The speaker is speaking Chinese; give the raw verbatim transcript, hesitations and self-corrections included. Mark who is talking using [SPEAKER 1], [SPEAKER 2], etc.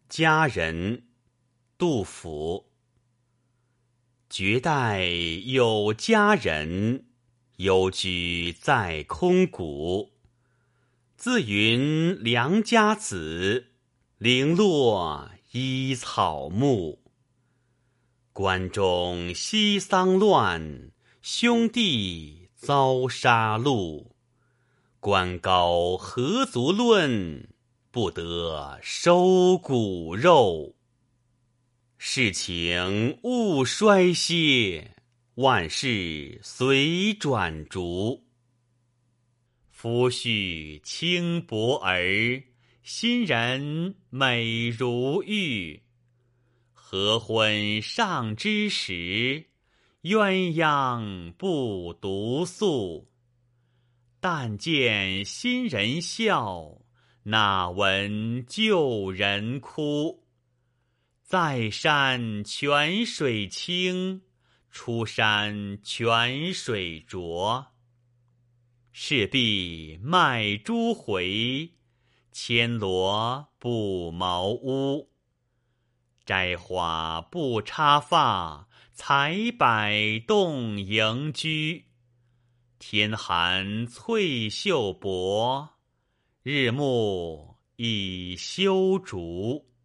[SPEAKER 1] 佳人，杜甫。绝代有佳人，幽居在空谷。自云良家子，零落依草木。关中西丧乱，兄弟遭杀戮。官高何足论，不得收骨肉。世情勿衰歇，万事随转逐。夫婿轻薄儿，新人美如玉。合婚尚之时，鸳鸯不独宿。但见新人笑，哪闻旧人哭。在山泉水清，出山泉水浊。势必卖珠回，牵罗布茅屋。摘花不插发，采柏动迎居。天寒翠袖薄，日暮已修竹。